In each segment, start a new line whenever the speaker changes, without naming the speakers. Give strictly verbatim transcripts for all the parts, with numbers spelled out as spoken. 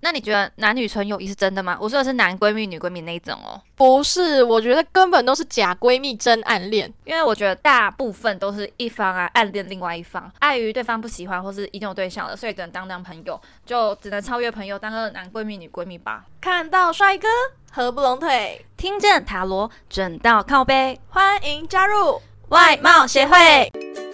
那你觉得男女纯友谊是真的吗？我说的是男闺蜜女闺蜜那一种哦。
不是，我觉得根本都是假闺蜜真暗恋。
因为我觉得大部分都是一方啊暗恋另外一方，碍于对方不喜欢或是已经有对象了，所以只能当当朋友，就只能超越朋友，当个男闺蜜女闺蜜吧。
看到帅哥合不拢腿，
听见塔罗准到靠背，
欢迎加入
外貌协会。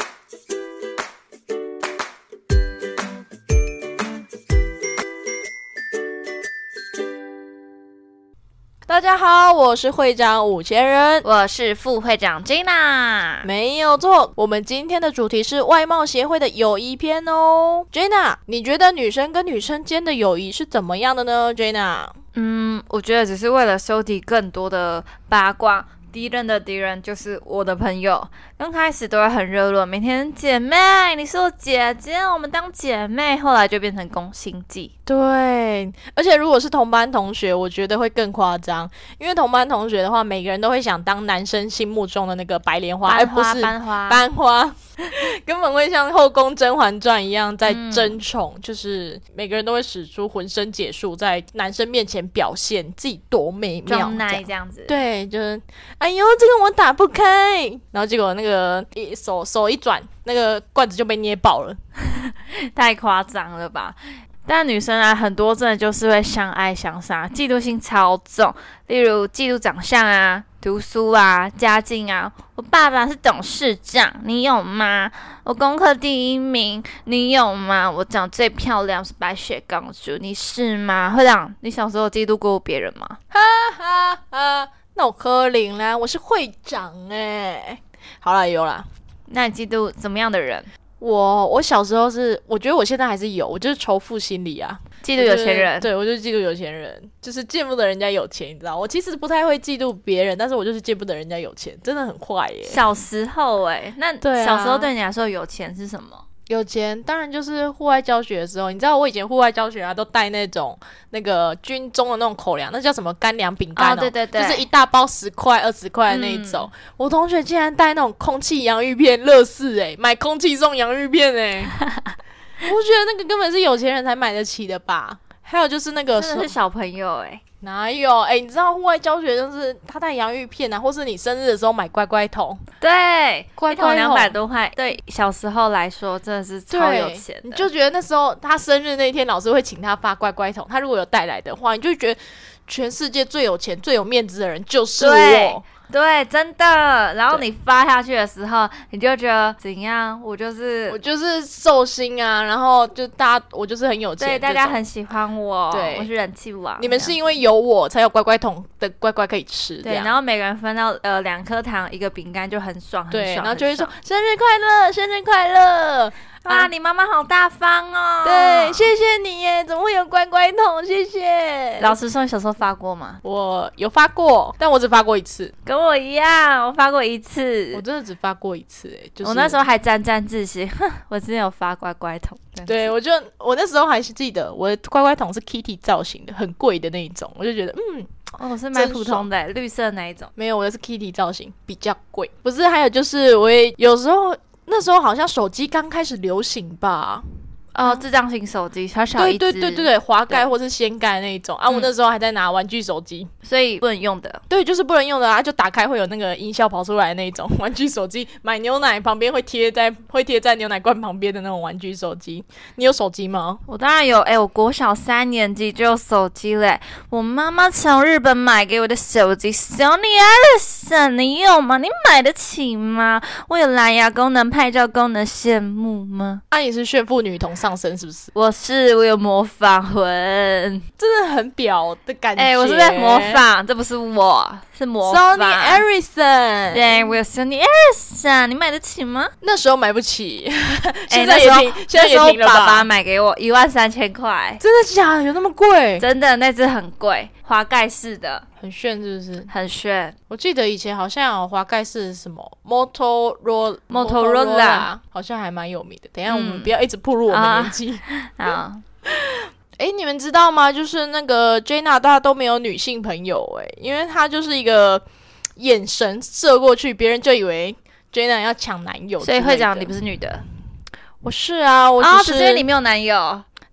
大家好，我是会长五千人，
我是副会长 Gina。
没有错，我们今天的主题是外貌协会的友谊篇哦。Gina， 你觉得女生跟女生间的友谊是怎么样的呢 ？Gina，
嗯，我觉得只是为了收集更多的八卦。敌人的敌人就是我的朋友，刚开始都会很热络，每天姐妹，你是我姐姐，我们当姐妹，后来就变成攻心计。
对，而且如果是同班同学，我觉得会更夸张，因为同班同学的话，每个人都会想当男生心目中的那个白莲花，
班花，
而不是
班花，
班花，根本会像后宫甄嬛传一样在争宠，嗯、就是每个人都会使出浑身解数，在男生面前表现自己多美妙，
装奶这样子。
对，就是哎呦，这个我打不开，然后结果那个一手手一转，那个罐子就被捏爆了，
太夸张了吧？但女生啊，很多真的就是会相爱相杀，嫉妒心超重。例如嫉妒长相啊、读书啊、家境啊。我爸爸是董事长，你有吗？我功课第一名，你有吗？我长最漂亮是白雪公主，你是吗？会长，你小时候嫉妒过别人吗？
哈哈哈，那我可怜啦，我是会长哎。好啦，有啦。
那你嫉妒怎么样的人？
我我小时候是，我觉得我现在还是有，我就是仇富心理啊，
嫉妒有钱人。
我对，我就是嫉妒有钱人，就是见不得人家有钱，你知道？我其实不太会嫉妒别人，但是我就是见不得人家有钱，真的很坏耶。
小时候哎，那小时候对你来说有钱是什么？
有钱当然就是户外教学的时候，你知道我以前户外教学啊，都带那种那个军中的那种口粮，那叫什么干粮饼干哦，
哦对对对，
就是一大包十块、二十块的那一种。嗯、我同学竟然带那种空气洋芋片，乐事哎，买空气送洋芋片哎，我觉得那个根本是有钱人才买得起的吧。还有就是那个
真的是小朋友哎。
哪有哎、欸？你知道户外教学就是他带洋芋片啊，或是你生日的时候买乖乖桶，
对，
乖乖桶
两百多块，对小时候来说真的是超有钱的。
你就觉得那时候他生日那一天，老师会请他发乖乖桶，他如果有带来的话，你就觉得全世界最有钱、最有面子的人就是我。
对，真的。然后你发下去的时候，你就觉得怎样？我就是
我就是寿星啊，然后就大家我就是很有钱，
对，大家很喜欢我，
对，
我是人气王。
你们是因为有我才有乖乖桶的乖乖可以吃，
对。然后每个人分到呃两颗糖一个饼干就很爽，很爽。
对，然后就会说生日快乐，生日快乐。
啊，你妈妈好大方哦！
对，谢谢你耶！怎么会有乖乖桶？谢谢。
老实说，你小时候发过吗？
我有发过，但我只发过一次。
跟我一样，我发过一次。
我真的只发过一次，哎，就是
我那时候还沾沾自喜，哼，我之前有发乖乖桶。
对，我就我那时候还是记得，我的乖乖桶是 Kitty 造型的，很贵的那一种，我就觉得嗯。
哦，我是买普通的，绿色那一种。
没有，我的是 Kitty 造型，比较贵。不是，还有就是我也有时候。那时候好像手机刚开始流行吧，
哦，智障型手机，小小一只，
对对对对对，滑盖或是掀盖那一种啊。我那时候还在拿玩具手机，
所以不能用的。
对，就是不能用的啊，就打开会有那个音效跑出来的那一种玩具手机。买牛奶旁边会贴在会贴在牛奶罐旁边的那种玩具手机。你有手机吗？
我当然有，哎、欸，我国小三年级就有手机嘞。我妈妈从日本买给我的手机 Sony Ericsson， 你有吗？你买得起吗？我有蓝牙功能、拍照功能，羡慕吗？
啊，你是炫富女童上身是不是？
我是，我有模仿魂，
真的很表的感觉。
哎、欸，我是在模仿，这不是我，是模仿。
Sony Ericsson，
对，我有 Sony Ericsson， 你买得起吗？
那时候买不起，现
在
也停，欸、现在也停了吧？
爸爸买给我一万三千块，
真的假的？有那么贵？
真的，那只很贵，滑盖式的。
很炫是不是？
很炫。
我记得以前好像有滑盖式什么 Motorola
Motorola
好像还蛮有名的。等一下我们不要一直暴露我们年纪。
啊，
哎、欸，你们知道吗？就是那个 Gina 大家都没有女性朋友哎、欸，因为她就是一个眼神射过去，别人就以为 Gina 要抢男友。
所以会长你不是女的？
我是啊，我只是、
哦、只是因为你没有男友。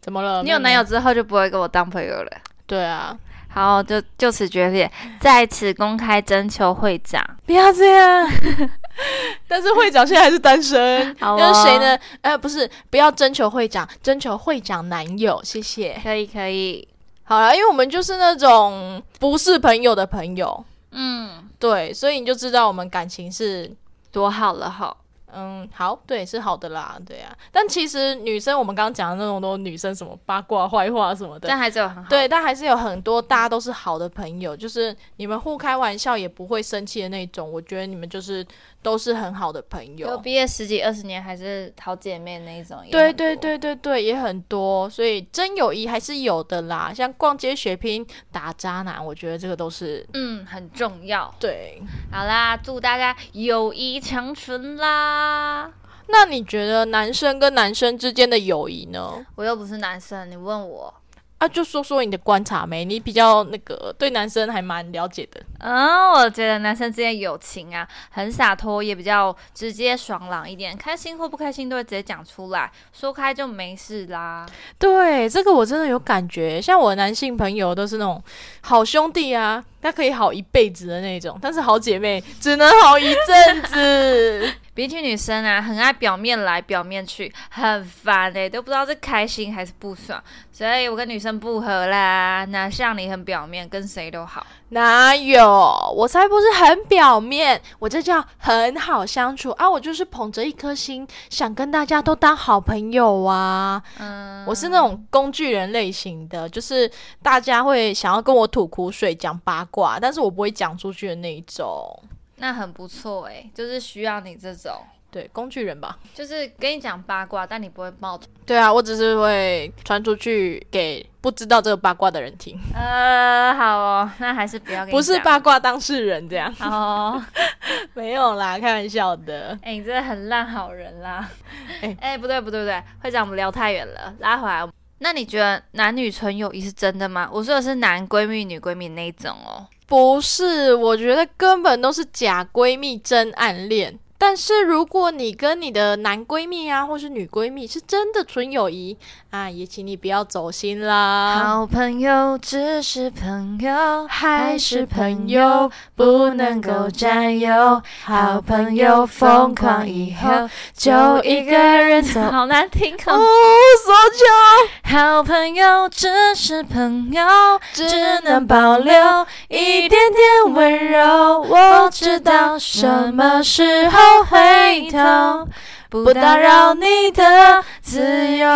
怎么了？
你有男友之后就不会跟我当朋友了。
对啊。
好，就就此决裂，在此公开征求会长。
不要这样。但是会长现在还是单身。
好哦。
那是谁呢？呃，不是，不要征求会长，征求会长男友，谢谢。
可以可以。
好了，因为我们就是那种不是朋友的朋友。
嗯，
对，所以你就知道我们感情是
多好了好。
嗯，好，对，是好的啦，对啊。但其实女生，我们刚刚讲的那种都女生什么八卦、坏话什么的，
但还是有很好。
对，但还是有很多大家都是好的朋友，就是你们互开玩笑也不会生气的那种。我觉得你们就是都是很好的朋友，
就毕业十几二十年还是好姐妹那一种。
对对对对对，也很多，所以真友谊还是有的啦。像逛街血拼、打渣男，我觉得这个都是
嗯很重要。
对，
好啦，祝大家友谊长存啦。
那你觉得男生跟男生之间的友谊呢？
我又不是男生，你问我
啊，就说说你的观察没？你比较那个对男生还蛮了解的。
嗯，我觉得男生之间友情啊，很洒脱，也比较直接爽朗一点，开心或不开心都会直接讲出来，说开就没事啦。
对，这个我真的有感觉。像我的男性朋友都是那种好兄弟啊，他可以好一辈子的那种，但是好姐妹只能好一阵子。
比起女生啊，很爱表面来表面去，很烦欸，都不知道是开心还是不爽。所以我跟女生不合啦，哪像你很表面，跟谁都好。
哪有？我才不是很表面，我这叫很好相处啊！我就是捧着一颗心，想跟大家都当好朋友啊。嗯，我是那种工具人类型的，就是大家会想要跟我吐苦水、讲八卦，但是我不会讲出去的那一种。
那很不错诶、欸，就是需要你这种。
对，工具人吧，
就是跟你讲八卦，但你不会爆。
对啊，我只是会传出去给不知道这个八卦的人听。
呃，好哦，那还是不要跟你讲。
不是八卦当事人这样。
哦，
没有啦，开玩笑的。
哎、欸，你真的很烂好人啦。哎、
欸、
哎、欸，不对不对不对，会长我们聊太远了，拉回来。那你觉得男女纯友谊是真的吗？我说的是男闺蜜、女闺蜜那一种哦。
不是，我觉得根本都是假闺蜜真暗恋。但是如果你跟你的男闺蜜啊，或是女闺蜜是真的纯友谊啊，也请你不要走心啦。
好朋友只是朋友，还是朋友不能够占有。好朋友疯狂以后就一个人走，好难听哦。
所求。
好朋友只是朋友，只能保留一点点温柔。我知道什么时候回头，不打扰你的自由。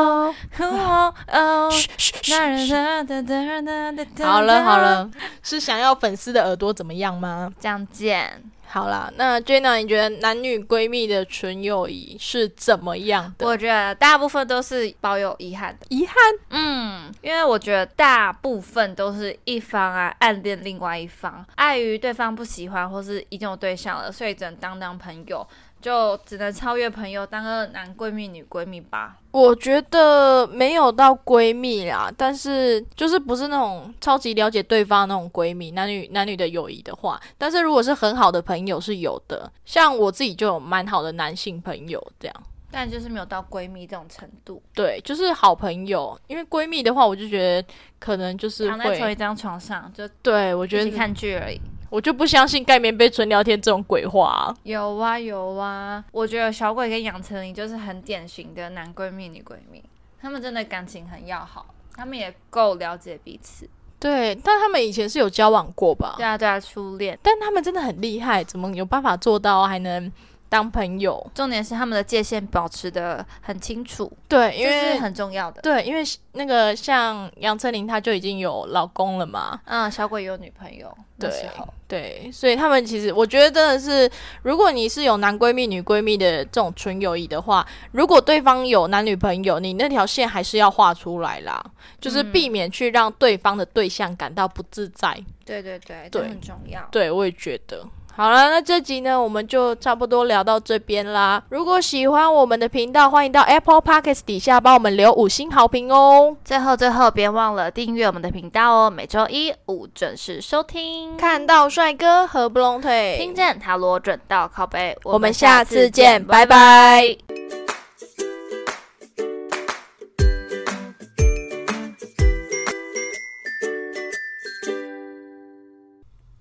好了好了，是想要粉丝的耳朵怎么样吗？
这样见。
好啦，那 Jenna 你觉得男女闺蜜的纯友谊是怎么样的？
我觉得大部分都是保有遗憾的。
遗憾？
嗯，因为我觉得大部分都是一方啊暗恋另外一方，碍于对方不喜欢或是已经有对象了，所以只能当当朋友，就只能超越朋友，当个男闺蜜、女闺蜜吧。
我觉得没有到闺蜜啦，但是就是不是那种超级了解对方的那种闺蜜，男女男女的友谊的话，但是如果是很好的朋友是有的，像我自己就有蛮好的男性朋友这样。
但就是没有到闺蜜这种程度。
对，就是好朋友。因为闺蜜的话，我就觉得可能就是会
躺在同一张床上，就
对我觉得
一起看剧而已。
我就不相信盖棉被纯聊天这种鬼话啊。
有啊有啊，我觉得小鬼跟杨丞琳就是很典型的男闺蜜女闺蜜，他们真的感情很要好，他们也够了解彼此。
对，但他们以前是有交往过吧？
对啊对啊，初恋。
但他们真的很厉害，怎么有办法做到还能当朋友？
重点是他们的界限保持得很清楚。
对，因为
这是很重要的。
对，因为那个像杨丞琳，她就已经有老公了嘛。
嗯，小鬼有女朋友那时候。
对，所以他们其实我觉得真的是，如果你是有男闺蜜、女闺蜜的这种纯友谊的话，如果对方有男女朋友，你那条线还是要画出来啦，就是避免去让对方的对象感到不自在。嗯、
对对对，这很重要。
对，我也觉得。好了，那这集呢，我们就差不多聊到这边啦。如果喜欢我们的频道，欢迎到 Apple Podcast 底下帮我们留五星好评哦。
最后最后，别忘了订阅我们的频道哦，每周一五准时收听。
看到帅哥合不拢腿，
听见塔罗准到靠背，
我们下次见，拜拜。